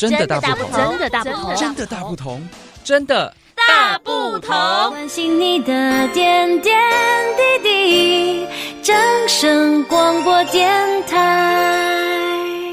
真的大不同， 真的大不同， 真的大不同，真的大不同。关心你的点点滴滴，掌声广播电台。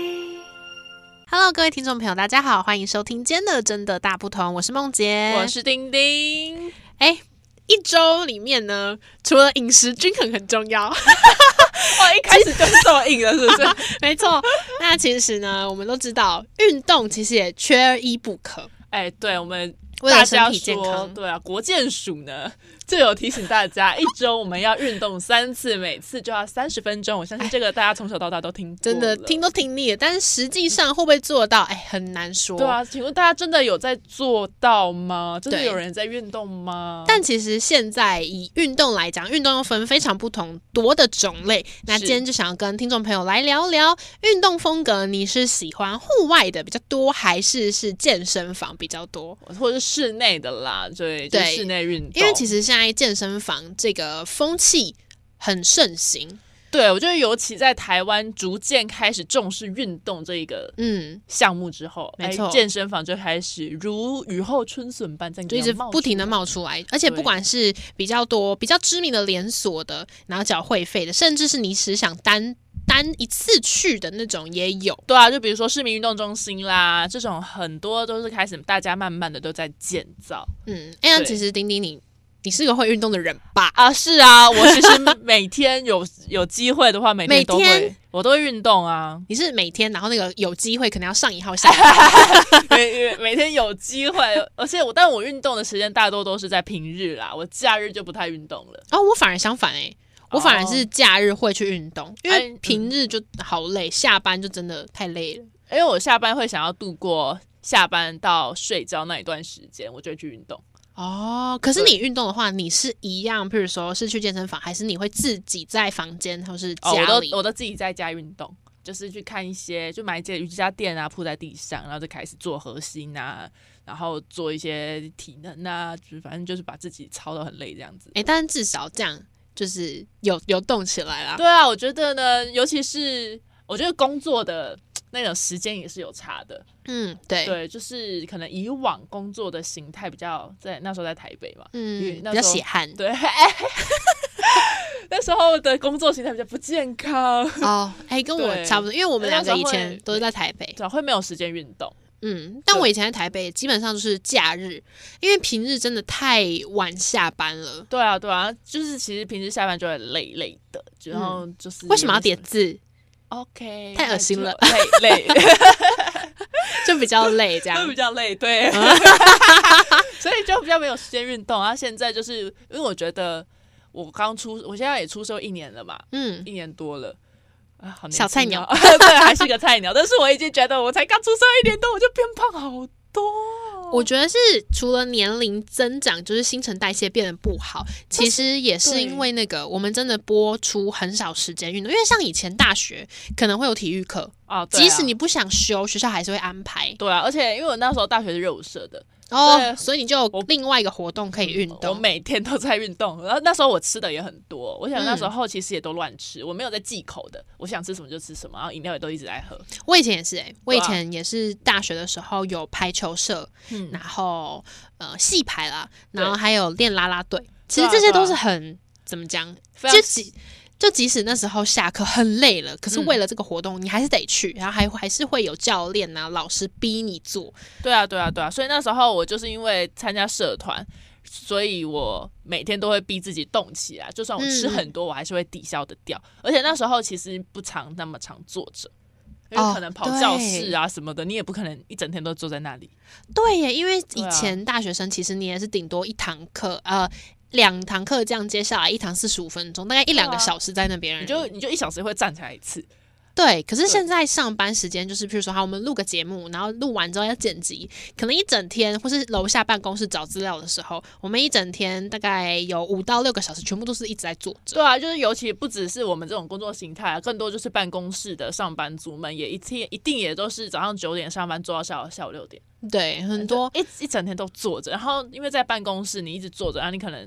Hello， 各位听众朋友，大家好，欢迎收听今天的真的大不同，我是梦洁， 我是丁丁。 一周里面呢，除了饮食均衡很重要， 一开始就是这么硬了，是不是？ 没错。那其实呢，我们都知道，运动其实也缺一不可。 对，我们为了身体健康， 对啊，国健署呢就有提醒大家，一周我们要运动3次，每次就要30分钟。我相信这个大家从小到大都听过了， 真的听都听腻了。但是实际上会不会做到？很难说。 对啊，请问大家真的有在做到吗？真的有人在运动吗？ 但其实现在以运动来讲，运动又分非常不同多的种类。那今天就想要跟听众朋友来聊聊运动风格，你是喜欢户外的比较多，还是健身房比较多， 或者是室内的啦？对，就室内运动。 因为其实现在健身房这个风气很盛行。 对，我觉得尤其在台湾逐渐开始重视运动这一个项目之后， 没错， 健身房就开始如雨后春笋般在就一直不停的冒出来，而且不管是比较多比较知名的连锁的，然后缴会费的，甚至是你只想单一次去的那种也有。 对啊，就比如说市民运动中心啦，这种很多都是开始大家慢慢的都在建造。 那其实丁丁你是个会运动的人吧？ 是啊，我其实每天有机会的话，每天都会，我都会运动啊。 你是每天，然后那个有机会可能要上1号下1号每天有机会，而且但我运动的时间大多都是在平日啦，我假日就不太运动了。 我反而相反我反而是假日会去运动，因为平日就好累，下班就真的太累了。 因为我下班会想要度过下班到睡觉那一段时间，我就会去运动。 可是你运动的话，你是一样，譬如说是去健身房，还是你会自己在房间或是家里？ 我都自己在家运动，就是去看一些，就买一些瑜伽垫啊，铺在地上，然后就开始做核心啊，然后做一些体能啊，就反正就是把自己操得很累这样子。 但至少这样就是有动起来啦。 对啊，我觉得呢，尤其是我觉得工作的那种时间也是有差的。 对， 就是可能以往工作的形态比较那时候在台北嘛， 比较血汗。 对，那时候的工作形态比较不健康。 跟我差不多，因为我们两个以前都是在台北， 对，会没有时间运动。 但我以前在台北基本上就是假日，因为平日真的太晚下班了。 对啊，就是其实平时下班就会累累的，然后就是为什么要叠字 ？OK， 太恶心了， 累就比较累，这样就比较累，对，所以就比较没有时间运动。现在就是因为我觉得我现在也出社会1年了嘛，1年多了。好小菜鸟对，还是个菜鸟，但是我已经觉得我才刚出社会1年多，我就变胖好多。 我觉得是除了年龄增长，就是新陈代谢变得不好，其实也是因为那个我们真的播出很少时间运动，因为像以前大学可能会有体育课即使你不想修，学校还是会安排。 对啊，而且因为我那时候大学是热舞社的。 所以你就有另外一个活动可以运动。 我每天都在运动，然后那时候我吃的也很多。我想那时候其实也都乱吃，我没有在忌口的，我想吃什么就吃什么，然后饮料也都一直在喝。 我以前也是我以前也是大学的时候有排球社，然后系排啦，然后还有练啦啦队。其实这些都是很怎么讲，就即使那时候下课很累了，可是为了这个活动你还是得去，然后还是会有教练啊老师逼你做。 对啊，所以那时候我就是因为参加社团，所以我每天都会逼自己动起来，就算我吃很多我还是会抵消的掉。而且那时候其实不那么常坐着，因为可能跑教室啊什么的，你也不可能一整天都坐在那里。 对耶，因为以前大学生其实你也是顶多1堂课2堂课这样接下来，1堂45分钟，大概1-2个小时在那边， 你就1小时会站起来1次。 对，可是现在上班时间就是譬如说我们录个节目，然后录完之后要剪辑，可能一整天，或是楼下办公室找资料的时候，我们一整天大概有5到6个小时全部都是一直在坐着。 对啊，就是尤其不只是我们这种工作形态更多就是办公室的上班族们也一定也都是早上9点上班做到下午6点。 对，很多一整天都坐着，然后因为在办公室你一直坐着，然后你可能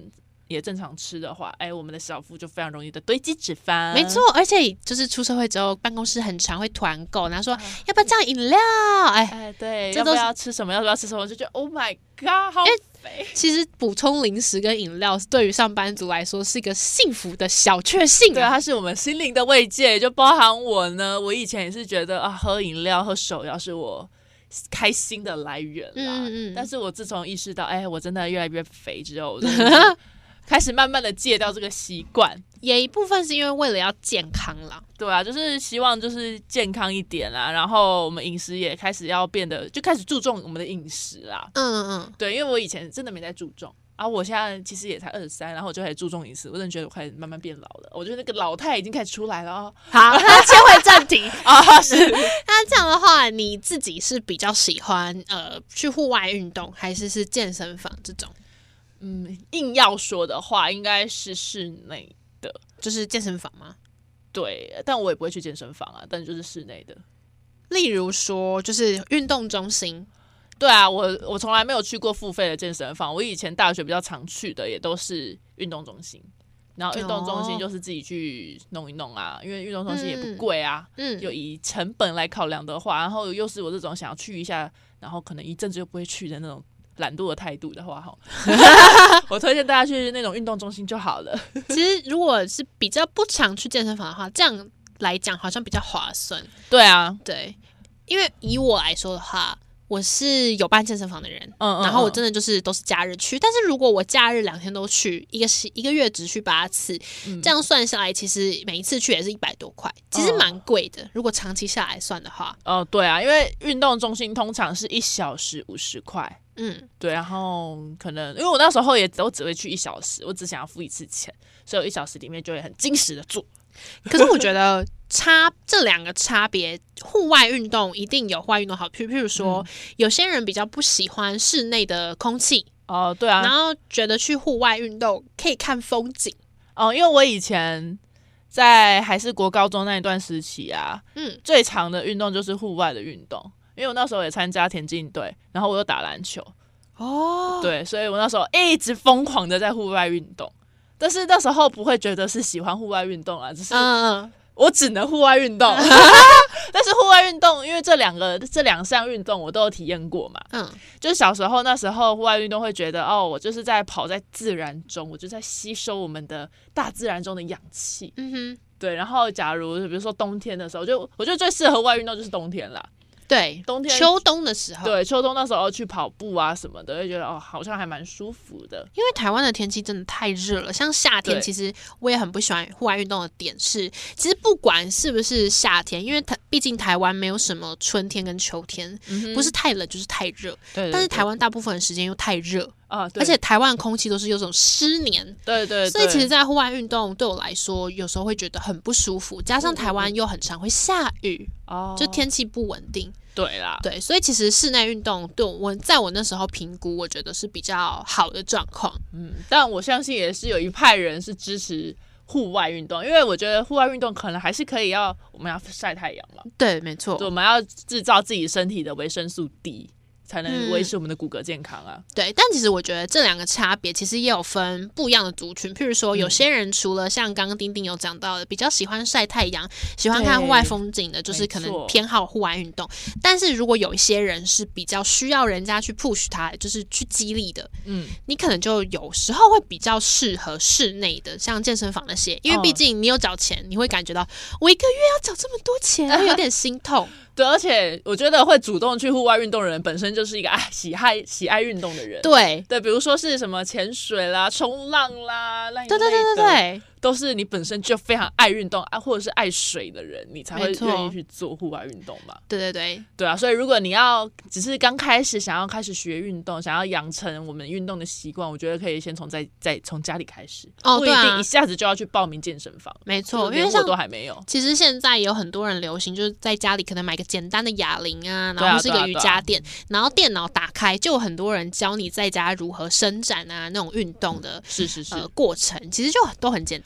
也正常吃的话，我们的小腹就非常容易的堆积脂肪。 没错，而且就是出社会之后，办公室很常会团购，然后说要不要这样饮料？ 对， 这都是要不要吃什么？要不要吃什么？就觉得 Oh my God， 好肥。 其实补充零食跟饮料，对于上班族来说是一个幸福的小确幸。 对，它是我们心灵的慰藉，就包含我呢。我以前也是觉得喝饮料、喝手摇是我开心的来源啦。但是我自从意识到，我真的越来越肥之后，我真的开始慢慢的戒掉这个习惯。 也一部分是因为为了要健康啦。 对啊，就是希望就是健康一点啦，然后我们饮食也开始要变得，就开始注重我们的饮食啦。对，因为我以前真的没在注重。我现在其实也才23，然后我就开始注重饮食，我真的觉得我开始慢慢变老了，我觉得那个老态已经开始出来了哦。 好，那切回正题是。那这样的话，你自己是比较喜欢去户外运动，还是健身房这种？ 硬要说的话，应该是室内的， 就是健身房吗？ 对，但我也不会去健身房啊，但就是室内的。 例如说，就是运动中心。 对啊，我从来没有去过付费的健身房。我以前大学比较常去的也都是运动中心，然后运动中心就是自己去弄一弄啊，因为运动中心也不贵啊。就以成本来考量的话，然后又是我这种想要去一下，然后可能一阵子又不会去的那种懒惰的态度的话，我推荐大家去那种运动中心就好了。 其实如果是比较不常去健身房的话，这样来讲好像比较划算。 对啊， 对，因为以我来说的话，我是有办健身房的人，然后我真的就是都是假日去。但是如果我假日2天都去，一个月只去8次，这样算下来，其实每一次去也是100多块，其实蛮贵的。如果长期下来算的话， 对啊，因为运动中心通常是1小时50块。对，然后可能因为我那时候都只会去1小时，我只想要付1次钱，所以我1小时里面就会很精实的做。 可是我觉得这两个差别，户外运动一定有户外运动好，譬如说，有些人比较不喜欢室内的空气， 对啊， 然后觉得去户外运动可以看风景。 因为我以前在还是国高中那一段时期啊，最长的运动就是户外的运动，因为我那时候也参加田径队，然后我又打篮球。对，所以我那时候一直疯狂的在户外运动。但是那时候不会觉得是喜欢户外运动啊，只是我只能户外运动。但是户外运动，因为这两项运动我都有体验过嘛。就是小时候那时候户外运动会觉得我就是在跑在自然中，我就在吸收我们的大自然中的氧气。对，然后假如比如说冬天的时候，我觉得最适合户外运动就是冬天啦。 对， 冬天秋冬的时候， 对，秋冬那时候去跑步啊什么的，会觉得好像还蛮舒服的。 因为台湾的天气真的太热了，像夏天，其实我也很不喜欢户外运动的点是，其实不管是不是夏天，因为毕竟台湾没有什么春天跟秋天，不是太冷就是太热。对，但是台湾大部分的时间又太热。而且台湾的空气都是有种湿黏， 对， 所以其实在户外运动对我来说有时候会觉得很不舒服，加上台湾又很常会下雨，就天气不稳定。 对啦， 对，所以其实室内运动对我在我那时候评估，我觉得是比较好的状况。 但我相信也是有一派人是支持户外运动，因为我觉得户外运动可能还是可以我们要晒太阳嘛。 对，没错， 我们要制造自己身体的维生素 D。才能维持我们的骨骼健康啊。 对，但其实我觉得这两个差别其实也有分不一样的族群。譬如说，有些人除了像刚刚丁丁有讲到的，比较喜欢晒太阳、喜欢看户外风景的，就是可能偏好户外运动。但是如果有一些人是比较需要人家去 push 他，就是去激励的，你可能就有时候会比较适合室内的，像健身房那些，因为毕竟你有缴钱，你会感觉到我一个月要缴这么多钱，会有点心痛。 对，而且我觉得会主动去户外运动的人，本身就是一个喜爱运动的人。 对， 比如说是什么潜水啦、冲浪啦， 对， 都是你本身就非常爱运动或者是爱水的人，你才会愿意去做户外运动嘛。对啊，所以如果你只是刚开始想要开始学运动，想要养成我们运动的习惯，我觉得可以先从家里开始，不一定一下子就要去报名健身房。 没错， 因为我都还没有。 其实现在有很多人流行，就是在家里可能买个简单的哑铃啊，然后是一个瑜伽垫，然后电脑打开，就有很多人教你在家如何伸展啊，那种运动的过程，其实就都很简单。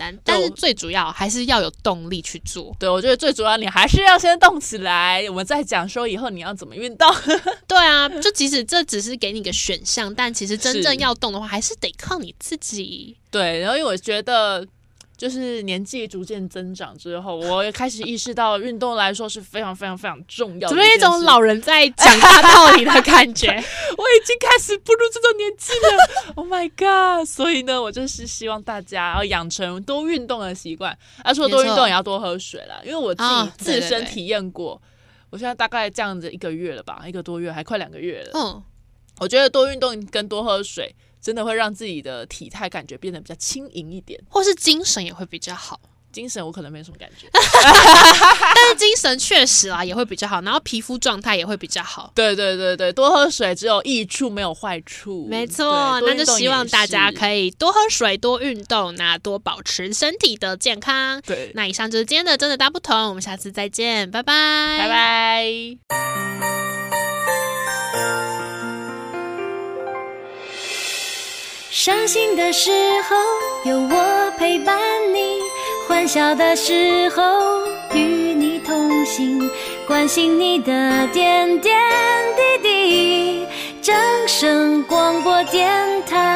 单，但是最主要还是要有动力去做。 对，我觉得最主要你还是要先动起来，我们再讲说以后你要怎么运动。 对啊，就即使这只是给你个选项，但其实真正要动的话，还是得靠你自己。 对，然后因为我觉得就是年纪逐渐增长之后，我也开始意识到运动来说是非常非常非常重要的。 怎么有一种老人在讲大道理的感觉？ 我已经开始步入这种年纪了，Oh my god！ 所以呢，我就是希望大家要养成多运动的习惯。除了多运动，也要多喝水啦，因为我自己自身体验过，我现在大概这样子1个月了吧，1个多月，还快2个月了。我觉得多运动跟多喝水，真的会让自己的体态感觉变得比较轻盈一点， 或是精神也会比较好。 精神我可能没什么感觉， 但是精神确实啦也会比较好，然后皮肤状态也会比较好。 对对对对，多喝水只有益处没有坏处。 没错，那就希望大家可以多喝水、多运动，那多保持身体的健康。 对， 那以上就是今天的真的大不同，我们下次再见，拜拜， 拜拜。 伤心的时候有我陪伴你，欢笑的时候与你同行，关心你的点点滴滴。正声广播电台。